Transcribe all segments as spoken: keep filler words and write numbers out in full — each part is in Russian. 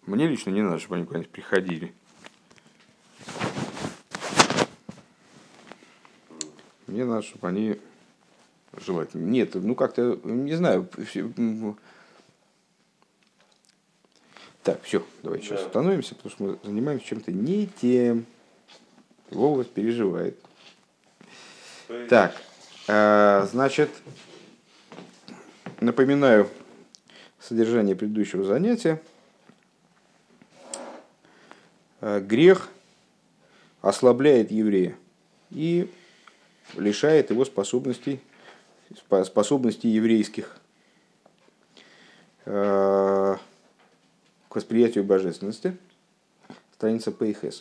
Мне лично не надо, чтобы они куда-нибудь приходили. Мне надо, чтобы они желательно. Нет, ну как-то, не знаю. Так, все, давайте сейчас остановимся, потому что мы занимаемся чем-то не тем. Вова переживает. Так, значит, напоминаю содержание предыдущего занятия. Грех ослабляет еврея и лишает его способностей, способностей еврейских к восприятию божественности. Страница Пейхес.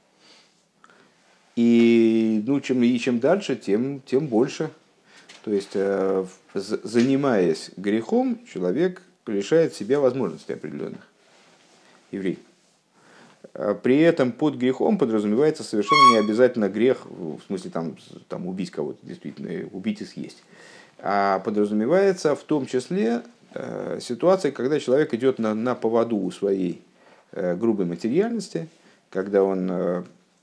И, ну, чем, и чем дальше, тем, тем больше. То есть, занимаясь грехом, человек лишает себя возможностей определенных. Еврей. При этом под грехом подразумевается совершенно не обязательно грех, в смысле там, там убить кого-то, действительно, убить и съесть. А подразумевается в том числе э, ситуация, когда человек идет на, на поводу у своей э, грубой материальности, когда он... Э,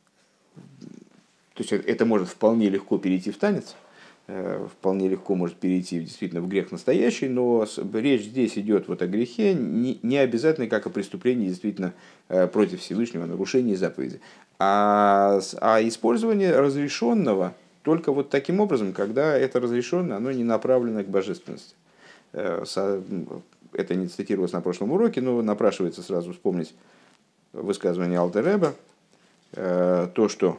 то есть это может вполне легко перейти в танец, э, вполне легко может перейти действительно в грех настоящий, но речь здесь идет вот о грехе, не, не обязательно как о преступлении действительно э, против Всевышнего, нарушении заповеди, а, а использование разрешенного только вот таким образом, когда это разрешенное, оно не направлено к божественности. Э, со, это не цитировалось на прошлом уроке, но напрашивается сразу вспомнить высказывание Алтер Ребе, э, то, что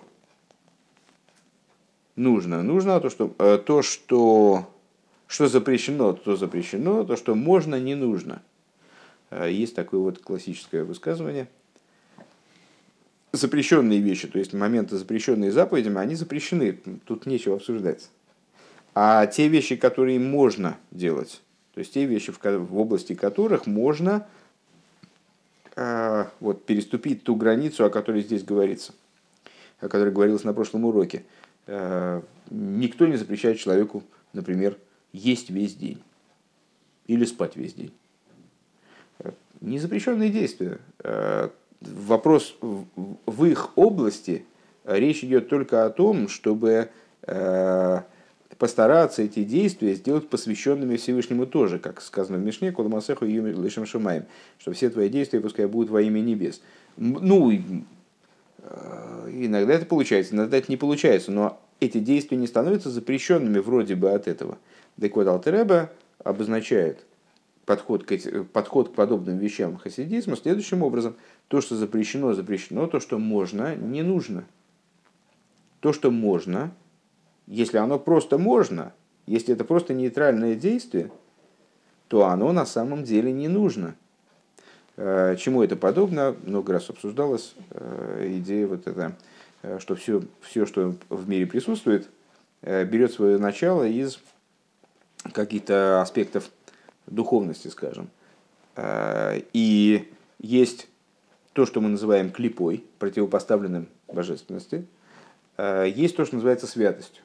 нужно, нужно, а то, что, то, что, что запрещено, то запрещено, то, что можно, не нужно. Есть такое вот классическое высказывание. Запрещенные вещи, то есть моменты, запрещенные заповедями, они запрещены, тут нечего обсуждать. А те вещи, которые можно делать, то есть те вещи, в области которых можно вот, переступить ту границу, о которой здесь говорится, о которой говорилось на прошлом уроке. Никто не запрещает человеку, например, есть весь день или спать весь день. Незапрещенные действия. Вопрос в их области, речь идет только о том, чтобы постараться эти действия сделать посвященными Всевышнему тоже, как сказано в Мишне, Коломасеху и Лешем Шумаем, что все твои действия пускай будут во имя небес. Ну, иногда это получается, иногда это не получается, но эти действия не становятся запрещенными вроде бы от этого. Так вот, Алтер Ребе обозначает подход к, подход к подобным вещам хасидизма следующим образом. То, что запрещено, запрещено, то, что можно, не нужно. То, что можно, если оно просто можно, если это просто нейтральное действие, то оно на самом деле не нужно. Чему это подобно? Много раз обсуждалась идея вот эта, что все, все, что в мире присутствует, берет свое начало из каких-то аспектов духовности, скажем. И есть то, что мы называем клипой, противопоставленным божественности. Есть то, что называется святостью.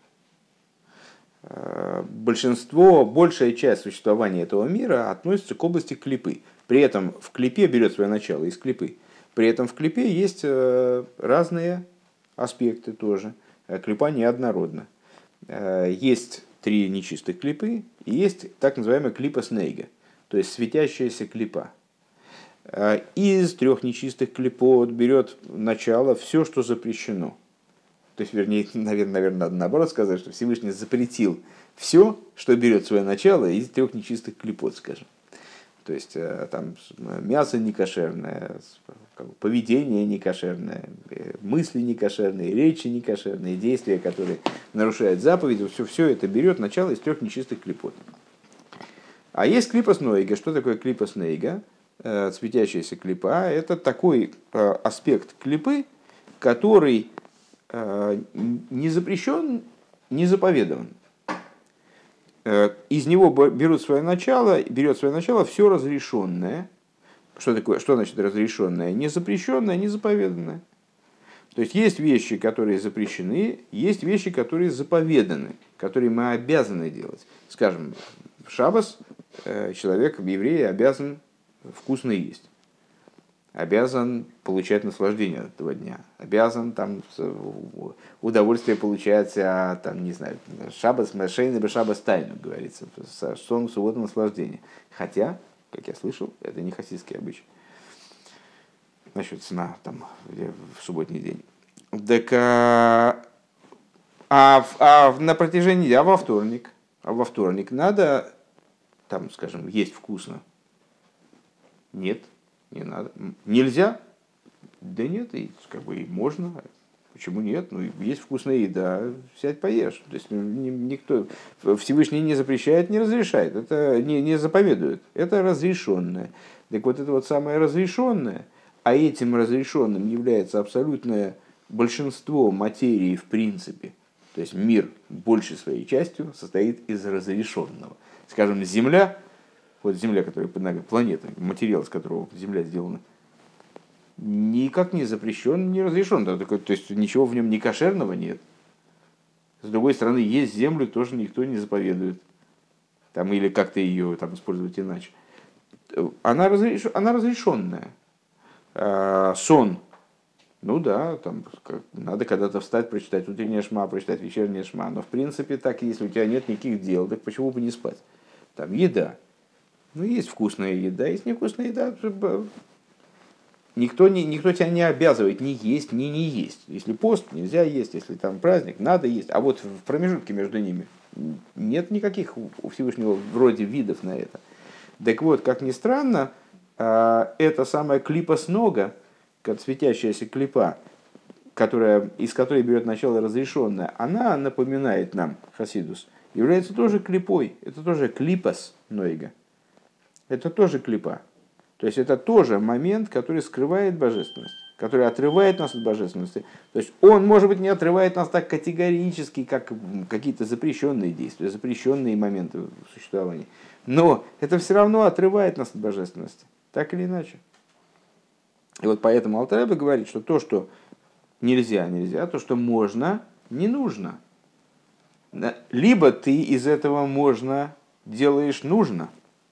Большинство, большая часть существования этого мира относится к области клипы. При этом в клипе берет свое начало из клипы. При этом в клипе есть разные аспекты тоже. Клипа неоднородна. Есть три нечистых клипы и есть так называемая клипа снейга, то есть светящаяся клипа. Из трех нечистых клипот берет начало все, что запрещено. То есть, вернее, наверное, наверное, надо наоборот сказать, что Всевышний запретил все, что берет свое начало из трех нечистых клипот, скажем. То есть, там мясо некошерное, поведение некошерное, мысли некошерные, речи некошерные, действия, которые нарушают заповеди, все, все это берет начало из трех нечистых клипот. А есть клипа снейга. Что такое клипа снейга? Светящаяся клипа. Это такой аспект клипы, который не запрещен, не заповедован. Из него берут свое начало, берет свое начало все разрешенное. Что такое? Что значит разрешенное? Не запрещенное, не заповеданное. То есть есть вещи, которые запрещены, есть вещи, которые заповеданы, которые мы обязаны делать. Скажем, в шаббос человек, еврей, обязан вкусно есть. обязан получать наслаждение от этого дня, обязан там удовольствие получать, а, там, не знаю, шаббас, шейный бы шаббас тайну, говорится, сон в субботу наслаждение. Хотя, как я слышал, это не хасидский обычай. Насчет сна там в субботний день. Так, а, а, а на протяжении, а во вторник, а во вторник надо, там, скажем, есть вкусно. Нет, не надо. Нельзя? Да нет, и как бы и можно. Почему нет? Ну, есть вкусная еда, сядь поешь. То есть никто, Всевышний не запрещает, не разрешает. Это не, не заповедует. Это разрешенное. Так вот это вот самое разрешенное, а этим разрешенным является абсолютное большинство материи в принципе. То есть мир большей своей частью состоит из разрешенного. Скажем, Земля, вот Земля, которая под нами, планета, материал, из которого Земля сделана, никак не запрещен, не разрешен. То есть ничего в нем не кошерного нет. С другой стороны, есть землю, тоже никто не заповедует. Там, или как-то ее там, использовать иначе. Она, разреш... она разрешенная. А, сон. Ну да, там надо когда-то встать, прочитать утреннее шма, прочитать вечернее шма. Но в принципе так, если у тебя нет никаких дел, так почему бы не спать? Там еда. Ну, есть вкусная еда, есть невкусная еда. Никто, не, никто тебя не обязывает ни есть, ни не есть. Если пост, нельзя есть. Если там праздник, надо есть. А вот в промежутке между ними нет никаких у Всевышнего вроде видов на это. Так вот, как ни странно, эта самая клипа с нога, как светящаяся клипа, которая, из которой берет начало разрешенное, она напоминает нам, хасидус, является тоже клипой. Это тоже клипас нойга. Это тоже клипа. То есть это тоже момент, который скрывает божественность, который отрывает нас от божественности. То есть он, может быть, не отрывает нас так категорически, как какие-то запрещенные действия, запрещенные моменты в существовании. Но это все равно отрывает нас от божественности, так или иначе. И вот поэтому Алтер Ребе говорит, что то, что нельзя, нельзя, то, что можно, не нужно. Либо ты из этого можно делаешь нужно.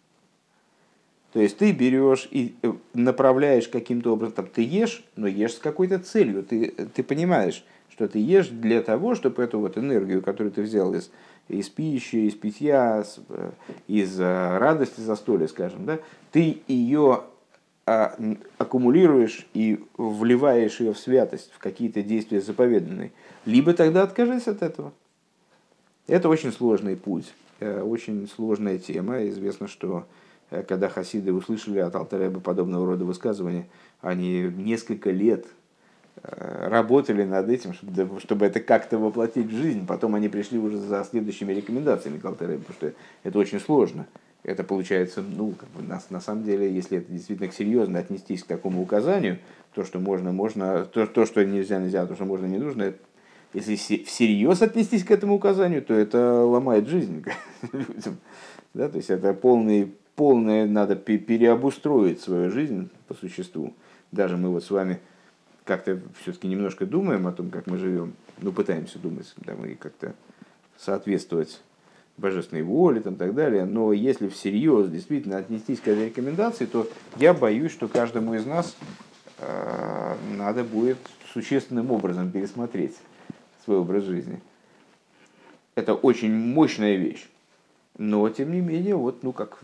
То есть ты берешь и направляешь каким-то образом, там, ты ешь, но ешь с какой-то целью. Ты, ты понимаешь, что ты ешь для того, чтобы эту вот энергию, которую ты взял из, из пищи, из питья, из радости застолья, скажем, да, ты ее аккумулируешь и вливаешь ее в святость, в какие-то действия заповеданные. Либо тогда откажись от этого. Это очень сложный путь, очень сложная тема. Известно, что когда хасиды услышали от Алтер Ребе подобного рода высказывания, они несколько лет работали над этим, чтобы, чтобы это как-то воплотить в жизнь. Потом они пришли уже за следующими рекомендациями к Алтер Ребе, потому что это очень сложно. Это получается, ну, как бы на, на самом деле, если это действительно серьезно отнестись к такому указанию, то, что можно, можно, то, то что нельзя, нельзя, то, что можно, не нужно, если всерьез отнестись к этому указанию, то это ломает жизнь людям. Да, то есть это полный полное надо переобустроить свою жизнь по существу. Даже мы вот с вами как-то все-таки немножко думаем о том, как мы живем, ну, пытаемся думать, да, мы как-то соответствовать божественной воле и так далее, но если всерьез действительно отнестись к этой рекомендации, то я боюсь, что каждому из нас э, надо будет существенным образом пересмотреть свой образ жизни. Это очень мощная вещь. Но, тем не менее, вот, ну, как,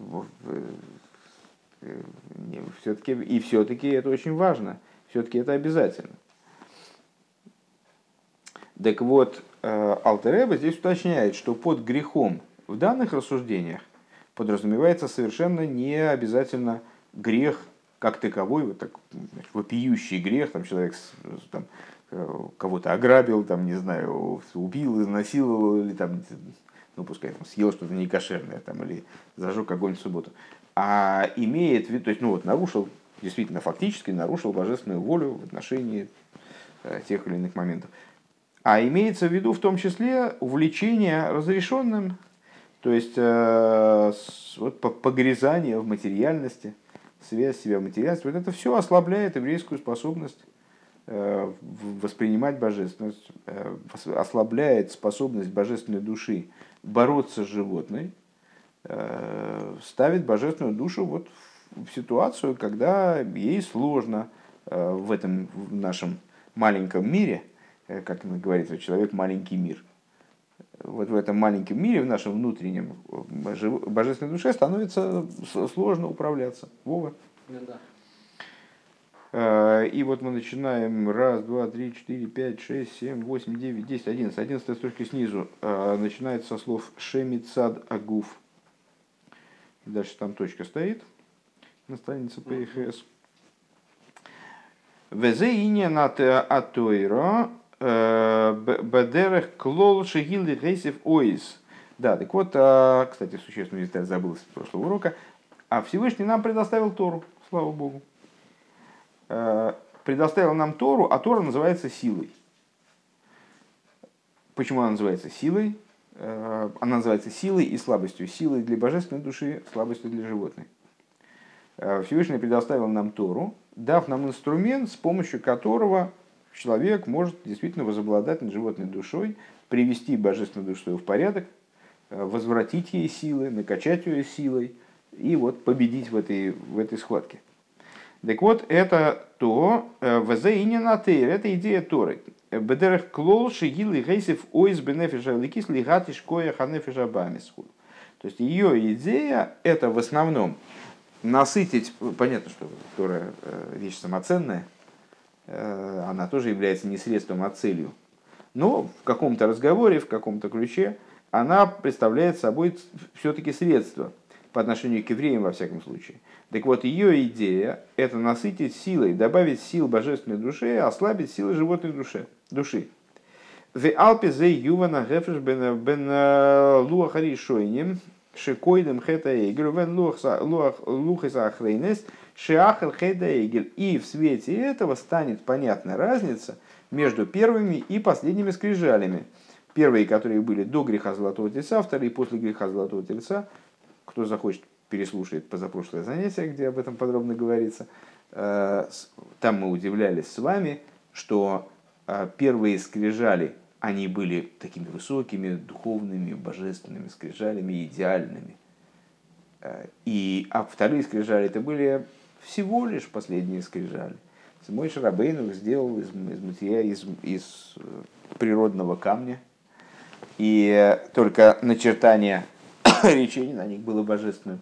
все-таки, и все-таки это очень важно, все-таки это обязательно. Так вот, Алтер Ребе здесь уточняет, что под грехом в данных рассуждениях подразумевается совершенно не обязательно грех как таковой, вот так, вопиющий грех, там человек там, кого-то ограбил, там, не знаю, убил, изнасиловал, или там, ну, пускай там, съел что-то некошерное, там, или зажег огонь в субботу, а имеет вид, то есть, ну, вот, нарушил, действительно, фактически нарушил божественную волю в отношении э, тех или иных моментов. А имеется в виду в том числе увлечение разрешенным, то есть э, с, вот, погрязание в материальности, связь себя в материальности, вот это все ослабляет еврейскую способность э, воспринимать божественность, э, ослабляет способность божественной души бороться с животной, ставит божественную душу вот в ситуацию, когда ей сложно в этом в нашем маленьком мире, как говорится, человек маленький мир. Вот в этом маленьком мире, в нашем внутреннем божественной душе становится сложно управляться. Вова. Ну, да. И вот мы начинаем раз, два, три, четыре, пять, шесть, семь, восемь, девять, десять, одиннадцать. Одиннадцатая строчка снизу начинается со слов «шемицад агуф». Дальше там точка стоит на странице пэ эх эс. «Везе ине нат атойро бедерех клол шегилы гейсев оис». Да, так вот, кстати, существенную деталь забыл с прошлого урока. А Всевышний нам предоставил Тору, слава Богу. Предоставил нам Тору, а Тора называется силой. Почему она называется силой? Она называется силой и слабостью. Силой для божественной души, слабостью для животной. Всевышний предоставил нам Тору, дав нам инструмент, с помощью которого человек может действительно возобладать над животной душой, привести божественную душу в порядок, возвратить ей силы, накачать ее силой и вот победить в этой, в этой схватке. Так вот, это то, это идея Торы. Бедерех клол шигилы гейсев ойс бенефиша ликис лигатиш коя ханефиша бамисху. То есть ее идея это в основном насытить, понятно, что Тора вещь самоценная, она тоже является не средством, а целью. Но в каком-то разговоре, в каком-то ключе она представляет собой все-таки средство по отношению к евреям во всяком случае. Так вот, ее идея – это насытить силой, добавить сил божественной душе, ослабить силы животной души. души. В Алпе зе ювана гефеш бен луахаришойним шикойдем хета эгель вен лухиса ахрейнес шиахал хета эгель. И в свете этого станет понятна разница между первыми и последними скрижалями. Первые, которые были до греха Золотого Тельца, вторые после греха Золотого Тельца. Кто захочет, переслушает позапрошлое занятие, где об этом подробно говорится. Там мы удивлялись с вами, что первые скрижали, они были такими высокими, духовными, божественными скрижалями, идеальными. И, а вторые скрижали это были всего лишь последние скрижали. Мойше Рабейну их сделал из, из материя, из, из природного камня. И только начертание речений на них было божественным.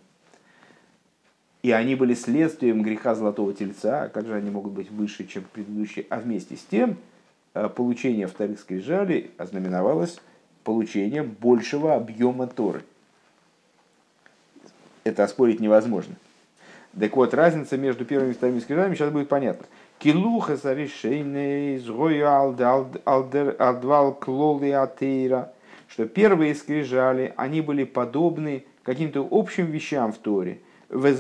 И они были следствием греха Золотого Тельца. А как же они могут быть выше, чем предыдущие? А вместе с тем, получение вторых скрижалей ознаменовалось получением большего объема Торы. Это оспорить невозможно. Так вот, разница между первыми и вторыми скрижалями сейчас будет понятна. Килуха саришейней згою алдвал клоли атеира. Что первые скрижали, они были подобны каким-то общим вещам в Торе. И вот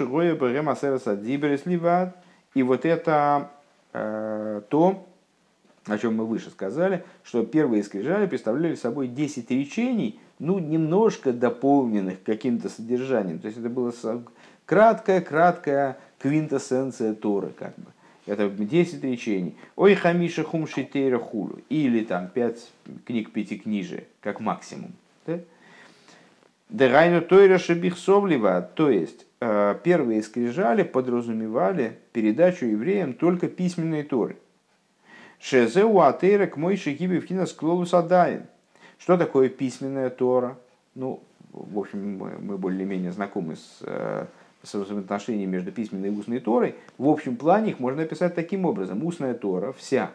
это э, то, о чем мы выше сказали, что первые скрижали представляли собой десять речений, ну, немножко дополненных каким-то содержанием. То есть это была краткая-краткая квинтэссенция Торы, как бы. Это десять речений. Ой, хамиша хум шитейра хулу. Или там пять книг пятикнижия, как максимум. Дерайну тойра шебихсовлива. То есть, первые скрижали подразумевали передачу евреям только письменной Торы. Шезеу атейра к мой шихиби вхина склолу садаин. Что такое письменная Тора? Ну, в общем, мы более-менее знакомы с взаимоотношения между письменной и устной Торой. В общем плане их можно описать таким образом. Устная Тора вся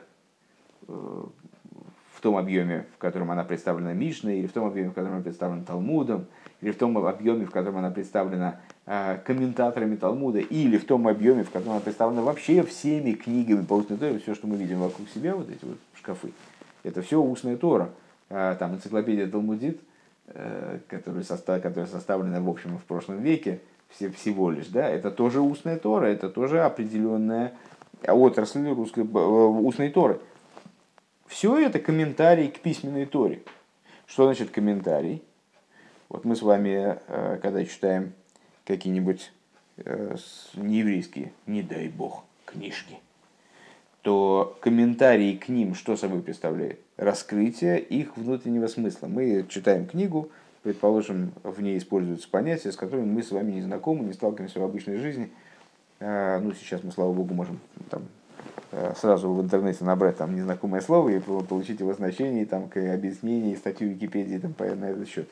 в том объеме, в котором она представлена Мишной, или в том объеме, в котором она представлена Талмудом, или в том объеме, в котором она представлена комментаторами Талмуда, или в том объеме, в котором она представлена вообще всеми книгами по устной Торе, все, что мы видим вокруг себя, вот эти вот шкафы, это все устная Тора. Там энциклопедия Талмудит, которая составлена, в общем, в прошлом веке, всего лишь, да, это тоже устная Тора, это тоже определенная отрасль русской устной Торы. Все это комментарий к письменной Торе. Что значит комментарий? Вот мы с вами, когда читаем какие-нибудь нееврейские, не дай бог, книжки, то комментарий к ним что собой представляет? Раскрытие их внутреннего смысла. Мы читаем книгу, предположим, в ней используются понятия, с которыми мы с вами не знакомы, не сталкиваемся в обычной жизни. Ну, сейчас мы, слава богу, можем там, сразу в интернете набрать там незнакомое слово и получить его значение, там, объяснение, статью в Википедии там, на этот счет.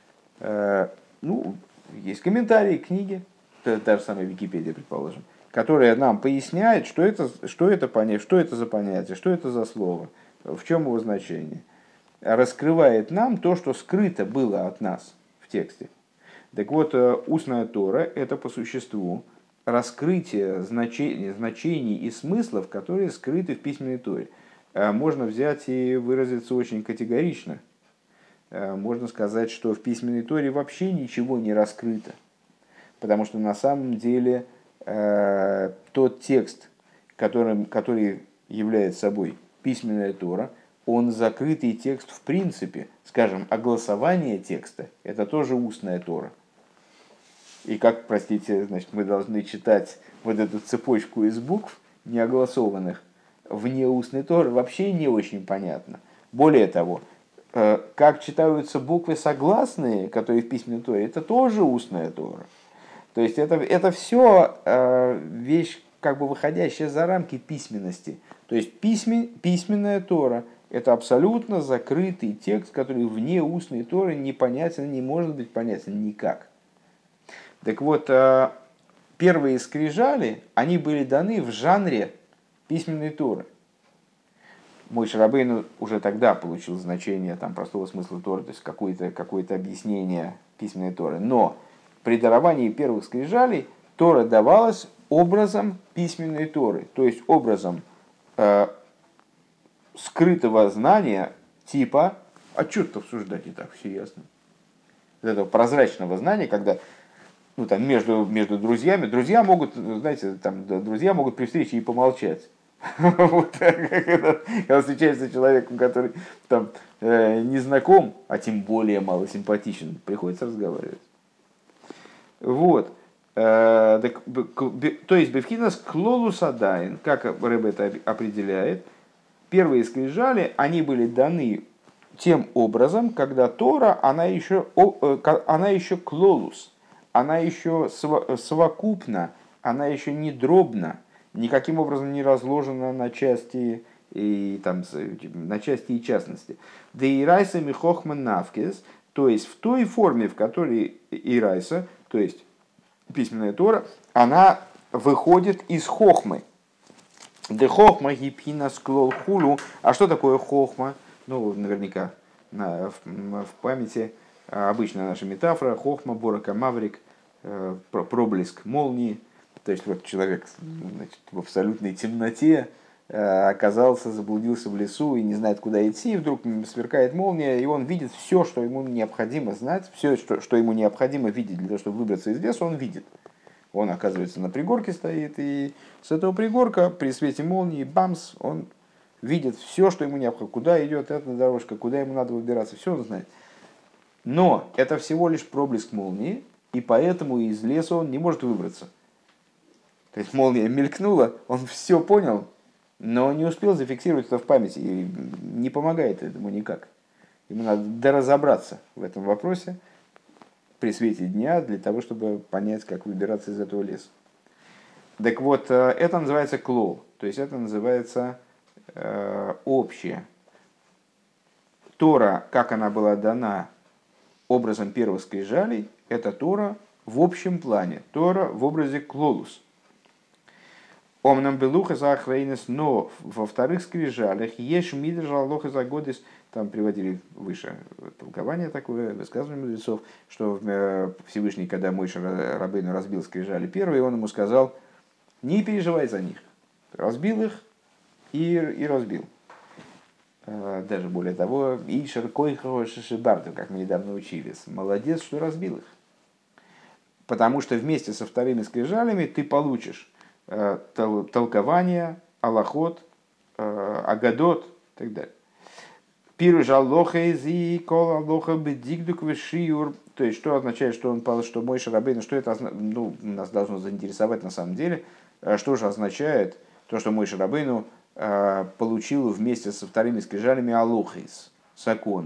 Ну, есть комментарии, книги, та же самая Википедия, предположим, которая нам поясняет, что это, что это понятие, что это за понятие, что это за слово, в чем его значение. Раскрывает нам то, что скрыто было от нас в тексте. Так вот, устная Тора – это по существу раскрытие значений, значений и смыслов, которые скрыты в письменной Торе. Можно взять и выразиться очень категорично. Можно сказать, что в письменной Торе вообще ничего не раскрыто. Потому что на самом деле э, тот текст, которым, который является собой письменная Тора, он закрытый текст в принципе. Скажем, огласование текста – это тоже устная Тора. И как, простите, значит, мы должны читать вот эту цепочку из букв, неогласованных, вне устной Торы, вообще не очень понятно. Более того, как читаются буквы согласные, которые в письменной Торе, это тоже устная Тора. То есть это, это все э, вещь, как бы выходящая за рамки письменности. То есть письмен, письменная Тора – это абсолютно закрытый текст, который вне устной Торы непонятен, не может быть понятен никак. Так вот, э, первые скрижали, они были даны в жанре письменной Торы. Моше Рабейну уже тогда получил значение там, простого смысла Торы, то есть какое-то, какое-то объяснение письменной Торы. Но при даровании первых скрижалей Тора давалась образом письменной Торы, то есть образом э, скрытого знания типа, а что тут обсуждать, и так все ясно. Этого прозрачного знания, когда ну, там, между, между друзьями, друзья могут, знаете, там, друзья могут при встрече и помолчать. Вот, когда, когда встречается человек, который там, э, не знаком, а тем более малосимпатичен, приходится разговаривать. Вот. Э, так, то есть бевхинас клолус адайн, как Рэбе это определяет, первые скрижали, они были даны тем образом, когда Тора, она еще, она еще клолус, она еще совокупна, она еще не дробна, никаким образом не разложена на части и, там, на части и частности. Да и райса михохман навкес, то есть в той форме, в которой и райса, то есть письменная Тора, она выходит из хохмы. Де хохма гипхина склол хулу. А что такое хохма? Ну, наверняка на, в, в памяти обычная наша метафора: хохма, борока, маврик, э, проблеск молнии. То есть вот человек, значит, в абсолютной темноте э, оказался, заблудился в лесу и не знает, куда идти, и вдруг сверкает молния, и он видит все, что ему необходимо знать, все, что, что ему необходимо видеть для того, чтобы выбраться из леса, он видит. Он, оказывается, на пригорке стоит, и с этого пригорка при свете молнии, бамс, он видит все, что ему необходимо, куда идет эта дорожка, куда ему надо выбираться, все он знает. Но это всего лишь проблеск молнии, и поэтому из леса он не может выбраться. То есть молния мелькнула, он все понял, но не успел зафиксировать это в памяти, и не помогает этому никак. Ему надо доразобраться в этом вопросе при свете дня для того, чтобы понять, как выбираться из этого леса. Так вот, это называется клол, то есть это называется э, общее. Тора, как она была дана образом первых скрижалей, это Тора в общем плане, Тора в образе клолус. Омнам белуха за ахрейнес, но во вторых скрижалях еш мидрш алоха за годис, там приводили выше толкование такое, высказывание мудрецов, что Всевышний, когда Моше Рабейну разбил скрижали первые, он ему сказал: не переживай за них. Разбил их и, и разбил. Даже более того, и ширкой шишибарту, как мы недавно учились. Молодец, что разбил их. Потому что вместе со вторыми скрижалями ты получишь толкование, алахот, агадот и так далее. Пируш алоха изи кол алоха бедигдук вешиур. То есть, что означает, что он что Моше Рабейну, что это ну, нас должно заинтересовать на самом деле, что же означает то, что Моше Рабейну получил вместе со вторыми скрижалями алохис, законы.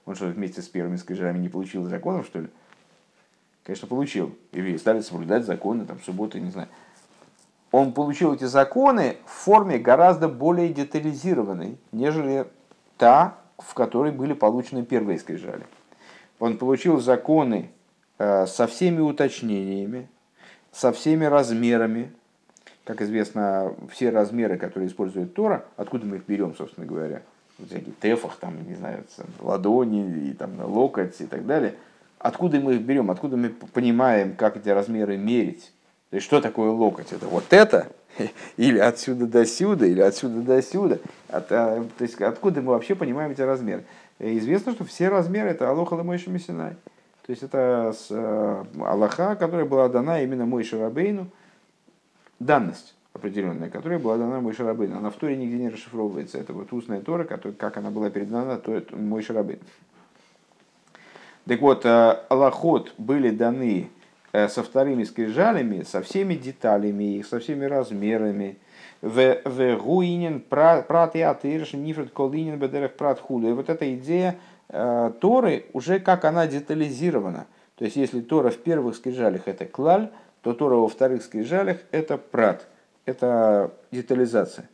Он что, вместе с первыми скрижалями не получил законов, что ли? Конечно, получил. Евреи стали соблюдать законы, там, субботы, не знаю. Он получил эти законы в форме гораздо более детализированной, нежели та, в которой были получены первые скрижали. Он получил законы э, со всеми уточнениями, со всеми размерами. Как известно, все размеры, которые использует Тора, откуда мы их берем, собственно говоря, вот всякие тефах, там, не знаю, ладони, и, там, локоть и так далее, откуда мы их берем, откуда мы понимаем, как эти размеры мерить. То есть, что такое локоть? Это вот это? Или отсюда до сюда, или отсюда до сюда. От, а, то есть, откуда мы вообще понимаем эти размеры? И известно, что все размеры это Алоха Мойше Мисинай. То есть, это с, а, Аллаха, которая была дана именно Мойше Рабейну, данность определенная, которая была дана Мойше Рабейну. Она в Торе нигде не расшифровывается. Это вот устная Тора, которая, как она была передана, то это Мойше Рабейну. Так вот, алахот были даны со вторыми скрижалями, со всеми деталями их, со всеми размерами. В гуинен прат и атырш нифред колинен бедерех прат худу. И вот эта идея Торы уже как она детализирована. То есть, если Тора в первых скрижалях это клаль, то Тора во вторых скрижалях это прат, это детализация.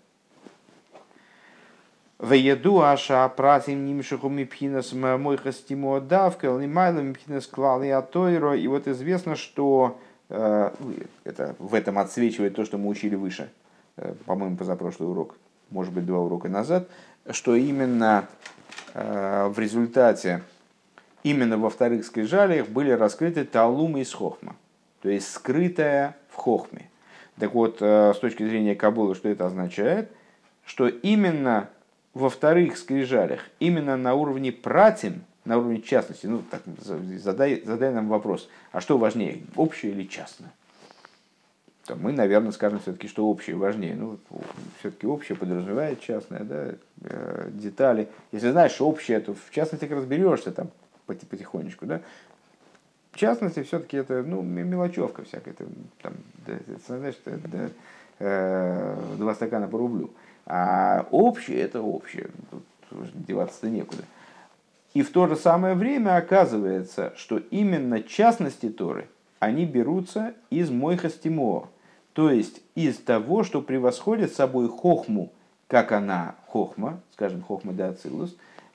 Вееду аша пратим нимшиху мипхинас мойхас тимуадавка, лимайло мипхинас клал и атойро. И вот известно, что э, это, в этом отсвечивает то, что мы учили выше, э, по-моему, позапрошлый урок, может быть, два урока назад, что именно э, в результате, именно во вторых скрижалях были раскрыты талумы из хохма, то есть скрытая в хохме. Так вот, э, с точки зрения Каббалы, что это означает? Что именно во вторых скрижалях, именно на уровне пратим, на уровне частности, ну, так, задай, задай нам вопрос, а что важнее, общее или частное? То мы, наверное, скажем все-таки, что общее важнее. Ну, все-таки общее подразумевает частное, да, э, детали. Если знаешь, что общее, то в частности разберешься там потихонечку, да. В частности, все-таки это, ну, мелочевка всякая, это, там, да, знаешь, да, э, два стакана по рублю. А общее это общее, тут деваться-то некуда. И в то же самое время оказывается, что именно частности Торы, они берутся из мойхас тимоо, то есть из того, что превосходит собой хохму, как она хохма, скажем, хохма де ацилус,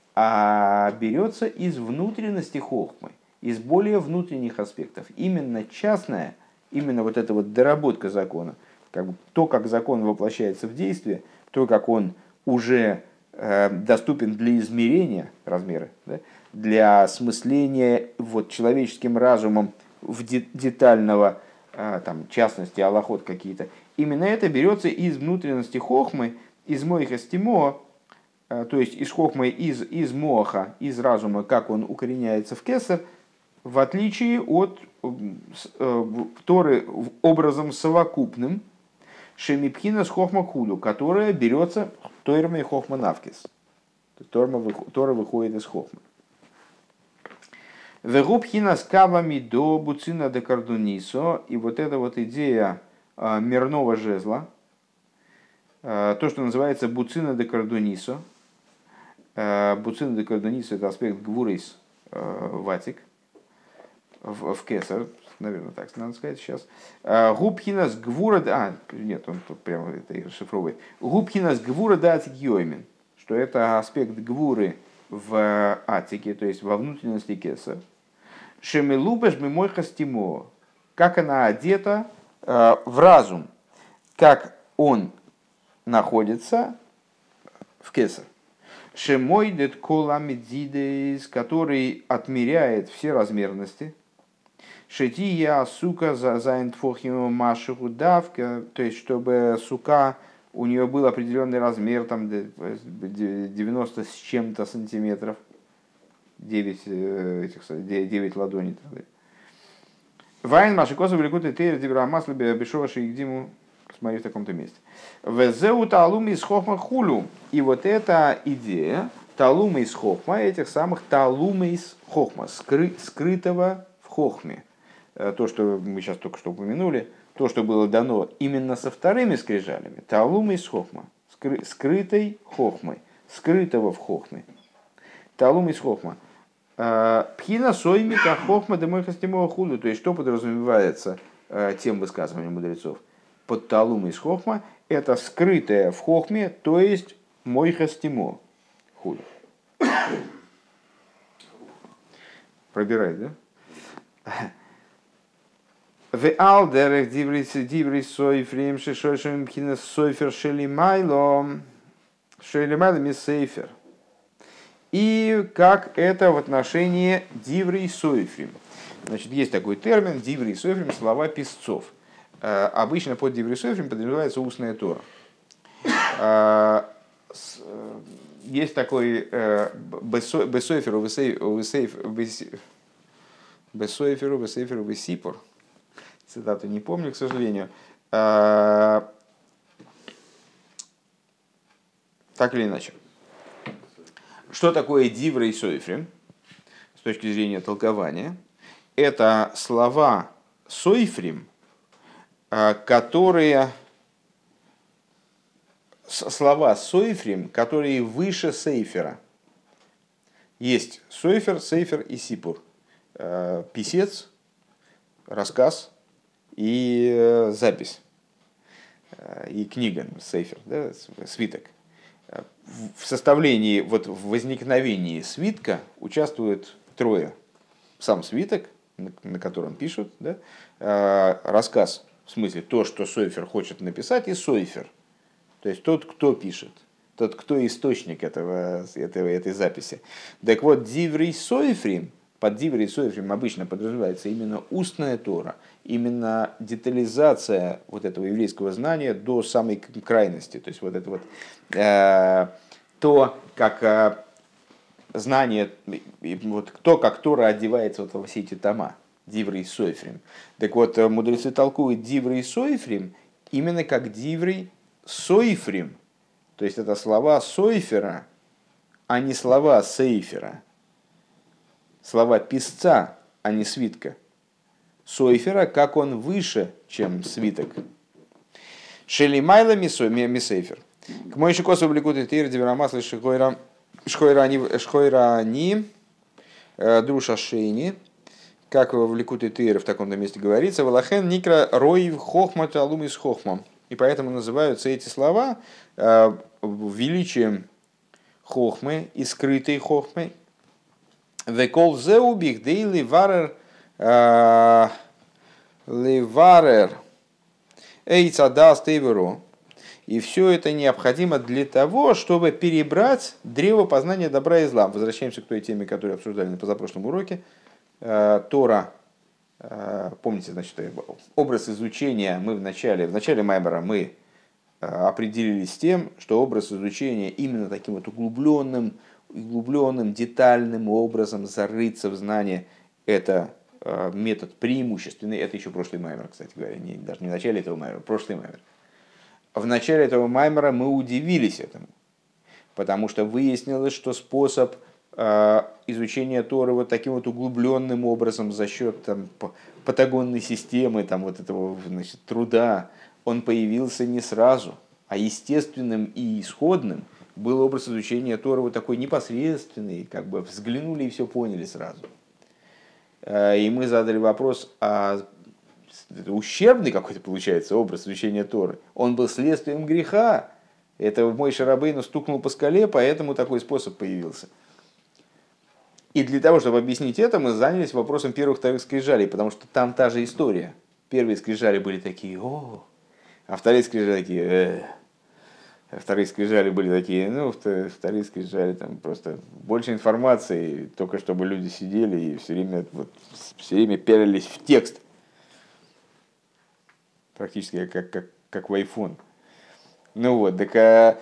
а берется из внутренности хохмы, из более внутренних аспектов. Именно частная, именно вот эта вот доработка закона, как бы то, как закон воплощается в действие, то, как он уже э, доступен для измерения размера, да, для осмысления вот, человеческим разумом в де- детального, э, там, частности, алахот какие-то. Именно это берется из внутренности хохмы, из мойхас тимо, э, то есть из хохмы, из, из моха, из разума, как он укореняется в кесар, в отличие от э, Торы образом совокупным, Шемипхина с хохма худу, которая берется тойрма и хохма навкис. Тора выходит из хохмы. Вегубхина с кавами до буцина де кардунисо. И вот эта вот идея э, мирного жезла, э, то, что называется буцина де кардунисо. Э, буцина де кардунисо — это аспект гвурейс э, ватик в, в кесар. Наверное, так надо сказать сейчас. Губхинас гвура... А, нет, он тут прямо это и расшифровывает. Губхинас гвура да атик йоймин. Что это аспект гвуры в атике, то есть во внутренности кеса. Шемелубеш мимойхас тимо. Как она одета в разум. Как он находится в кесар. Шемойдет коламидзидес, который отмеряет все размерности. Шетия сука за заинтфохиму машиху давка, то есть чтобы сука у нее был определенный размер, там девяносто с чем-то сантиметров, девять, этих, девять ладоней. Вайн машикоза великуты тейр дивра масло бешова шейгдиму, смотри в таком-то месте. Везеу талум из хохма хулю. И вот эта идея талума из хохма, этих самых талума из хохма, скры, скрытого в хохме. То, что мы сейчас только что упомянули, то, что было дано именно со вторыми скрижалями, талума из хохма, скры, скрытой хохмой, скрытого в хохме. Талума из хохма. Пхина соймика хохма демой хастимова худу. То есть, что подразумевается тем высказыванием мудрецов? Под талум из хохма — это скрытое в хохме, то есть мой хастимо худу. Пробирай, да? В алдерах диврис сойфрим шишошим пхина сойфер шелимайло шелимайло мисейфер. И как это в отношении диврей сойфрим. Значит, есть такой термин диврей сойфрим, слова писцов. Обычно под диврей сойфрим подразумевается устная Тора. Есть такой бесойферу бесойферу бесойферу бесипор. Цитату не помню, к сожалению. Так или иначе. Что такое диврей сойфрим с точки зрения толкования? Это слова сойфрим, которые слова сойфрим, которые выше сейфера. Есть сойфер, сейфер и сипур. Писец, рассказ и запись. И книга, сейфер, да, свиток. В составлении, вот в возникновении свитка участвуют трое. Сам свиток, на котором пишут, да, рассказ, в смысле то, что сойфер хочет написать, и сойфер. То есть тот, кто пишет, тот, кто источник этого, этого, этой записи. Так вот, диврей сойфрим, под диврей сойфрим обычно подразумевается именно устная Тора, именно детализация вот этого еврейского знания до самой крайности. То есть вот это вот э, то, как э, знание, вот то, как Тора одевается вот во все эти тома, диврей сойфрим. Так вот, мудрецы толкуют диврей сойфрим именно как диврей сойфрим. То есть это слова сойфера, а не слова сейфера. Слова писца, а не свитка. Сойфера, как он выше, чем свиток. Шелимайла мисейфер. К моей шикосу влекут и тир диверамаслы шхойрани друша шейни. Как в Ликуте Тейр в таком-то месте говорится, Валахен Никра Роив Хохма Талум из Хохма. И поэтому называются эти слова величием Хохмы и скрытой Хохмы. Векол зеубих дей ливарер ливарер эйцадас тейверо. И все это необходимо для того, чтобы перебрать древо познания добра и зла. Возвращаемся к той теме, которую обсуждали на позапрошлом уроке. Тора, помните, значит, образ изучения мы в начале, в начале Маймера мы определились с тем, что образ изучения именно таким вот углубленным, углубленным, детальным образом зарыться в знание, это метод преимущественный, это еще прошлый Маймер, кстати говоря, не, даже не в начале этого Маймера, прошлый Маймер. В начале этого Маймера мы удивились этому, потому что выяснилось, что способ изучения Торы вот таким вот углубленным образом за счет там, патагонной системы, там, вот этого, значит, труда, он появился не сразу, а естественным и исходным был образ изучения Торы вот такой непосредственный, как бы взглянули и все поняли сразу. И мы задали вопрос, а это ущербный какой-то получается образ изучения Торы? Он был следствием греха. Это Мойше Рабейну стукнул по скале, поэтому такой способ появился. И для того, чтобы объяснить это, мы занялись вопросом первых-вторых скрижалей, потому что там та же история. Первые скрижали были такие, о, а вторые скрижали такие, э. А вторые скрижали были такие, ну, вторые скрижали там просто больше информации, только чтобы люди сидели и все время, вот, все время пялились в текст. Практически как, как, как в iPhone. Ну вот, так... А...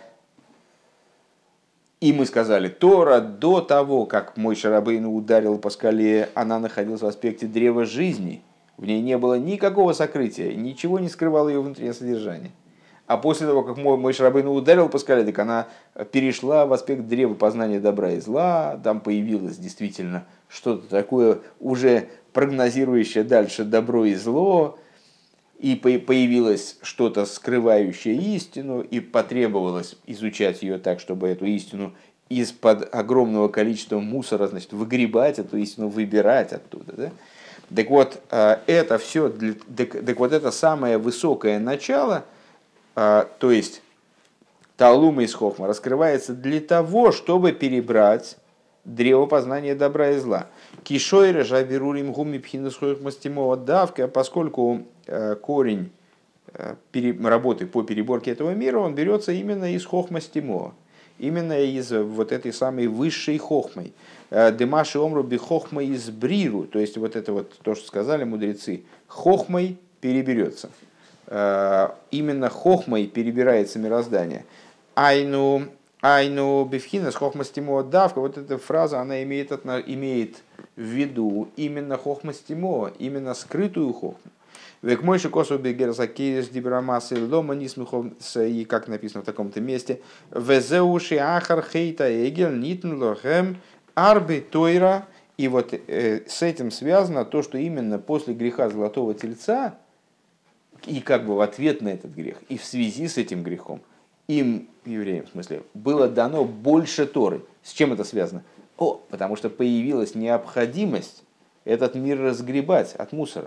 И мы сказали, Тора до того, как Мойше Рабейну ударил по скале, она находилась в аспекте древа жизни. В ней не было никакого сокрытия, ничего не скрывало ее внутреннее содержание. А после того, как Мойше Рабейну ударил по скале, так она перешла в аспект древа познания добра и зла. Там появилось действительно что-то такое, уже прогнозирующее дальше добро и зло. И появилось что-то, скрывающее истину, и потребовалось изучать ее так, чтобы эту истину из-под огромного количества мусора, значит, выгребать эту истину, выбирать оттуда. Да? Так вот, это все, так, так вот это самое высокое начало, то есть Талума из Хохма, раскрывается для того, чтобы перебрать древо познания добра и зла. Кишойра жабирурим гуми пхинус хохмастимова давка, поскольку корень работы по переборке этого мира, он берется именно из хохмастимова, именно из вот этой самой высшей хохмой. Демаши омру би хохма из бриру, то есть вот это вот то, что сказали мудрецы, хохмой переберется. Именно хохмой перебирается мироздание. Айну, айну бифхина с хохмастимо давка, вот эта фраза, она имеет, имеет в виду именно хохмастимо, именно скрытую хохму. Век мойши косу бегерзакееш дибрамасы лома нисмухов, и как написано в таком-то месте, везеуши ахар хейта эгел нитн лохем арби тойра. И вот э, с этим связано то, что именно после греха Золотого Тельца, и как бы в ответ на этот грех, и в связи с этим грехом, им, евреям в смысле, было дано больше Торы. С чем это связано? О, потому что появилась необходимость этот мир разгребать от мусора.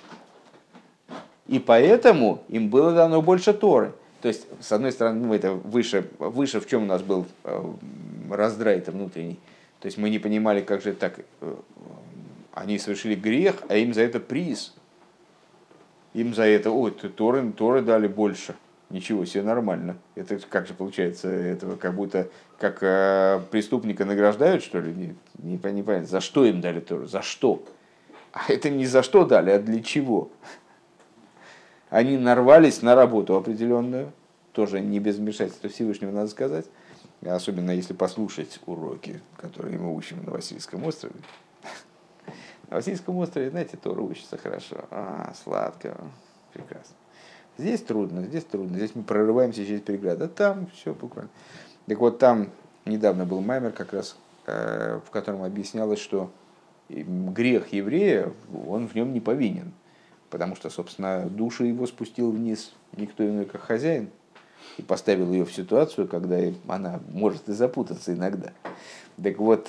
И поэтому им было дано больше Торы. То есть, с одной стороны, ну, это выше, выше в чем у нас был раздрай-то внутренний. То есть мы не понимали, как же так, они совершили грех, а им за это приз. Им за это, ой, Торы, Торы дали больше. Ничего себе, нормально. Это как же получается, этого как будто как э, преступника награждают, что ли? Не, не, не понятно, за что им дали Тору, за что? А это не за что дали, а для чего? Они нарвались на работу определенную, тоже не без вмешательства Всевышнего, надо сказать, особенно если послушать уроки, которые мы учим на Васильском острове. На Васильском острове, знаете, Тора учится хорошо, а, сладко, прекрасно. Здесь трудно, здесь трудно, здесь мы прорываемся через преграды, а там все буквально. Так вот, там недавно был маймер как раз, в котором объяснялось, что грех еврея, он в нем не повинен. Потому что, собственно, душу его спустил вниз никто иной, как хозяин, и поставил ее в ситуацию, когда она может и запутаться иногда. Так вот,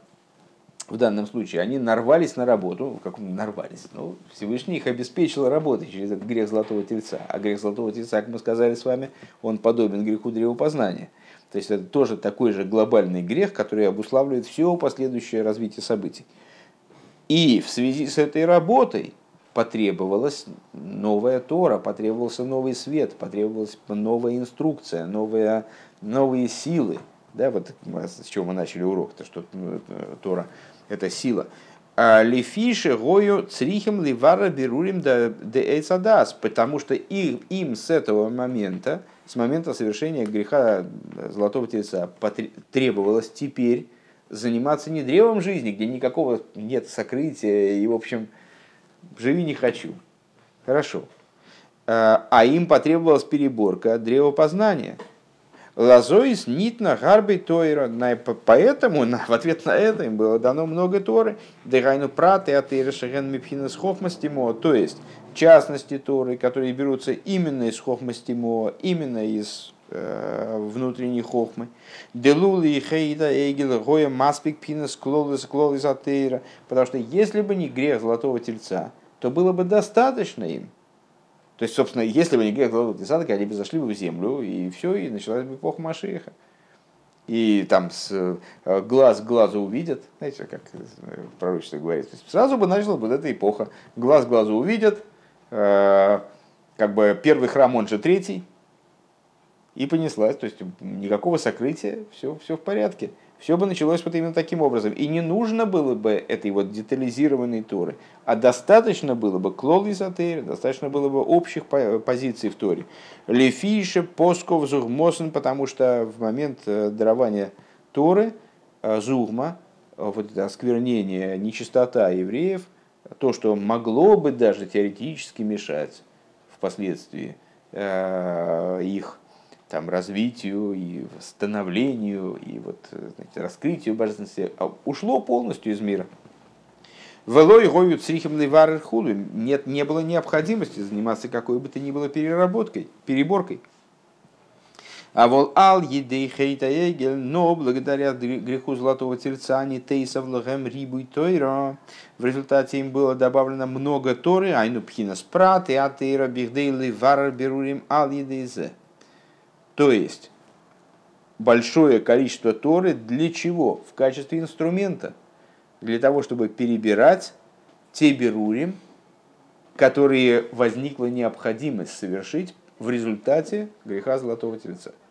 в данном случае они нарвались на работу, как нарвались, ну, Всевышний их обеспечил работой через этот грех Золотого Тельца. А грех Золотого Тельца, как мы сказали с вами, он подобен греху древопознания. То есть это тоже такой же глобальный грех, который обуславливает все последующее развитие событий. И в связи с этой работой потребовалась новая Тора, потребовался новый свет, потребовалась новая инструкция, новая, новые силы. Да, вот с чего мы начали урок, то что Тора — это сила. Лефиши гою црихим ливара берурим де эйцадас, потому что им, им с этого момента, с момента совершения греха Золотого Тельца, требовалось теперь заниматься не древом жизни, где никакого нет сокрытия, и, в общем, живи не хочу. Хорошо. А им потребовалась переборка древопознания. Лазоис нитна гарбей тойра. Поэтому в ответ на это им было дано много Торы. Дегайну праты атейра шаген мипхинас хохмастимо. То есть частности Торы, которые берутся именно из хохмастимо, именно из э, внутренней хохмы. Делули и хейда эгил гоя маспик пинас клолис клолис атейра. Потому что если бы не грех Золотого Тельца, то было бы достаточно им. То есть, собственно, если бы не грех Золотого Тельца, так они бы зашли бы в землю, и все, и началась бы эпоха Машиаха. И там с глаз к глазу увидят, знаете, как в пророчестве говорится, сразу бы началась вот эта эпоха. Глаз к глазу увидят, как бы первый храм, он же третий, и понеслась. То есть, никакого сокрытия, все, все в порядке. Все бы началось вот именно таким образом. И не нужно было бы этой вот детализированной Торы, а достаточно было бы клол из атеира, достаточно было бы общих позиций в Торе. Лефише, посков, зугмосен, потому что в момент дарования Торы, зугма, вот это осквернение, нечистота евреев, то, что могло бы даже теоретически мешать впоследствии их там, развитию и становлению, и вот, знаете, раскрытию божественности, ушло полностью из мира. Велой гою црихим ливар худу. Нет, не было необходимости заниматься какой бы то ни было переработкой, переборкой. А вол ал едей хейта егель, но благодаря греху золотого тельца они тейсов лохем рибуй тойра. В результате им было добавлено много торы, айну пхина спрат и атеира бихдейли варар берурим ал едейзе. То есть большое количество торы для чего? В качестве инструмента. Для того, чтобы перебирать те берурим, которые возникла необходимость совершить в результате греха золотого тельца.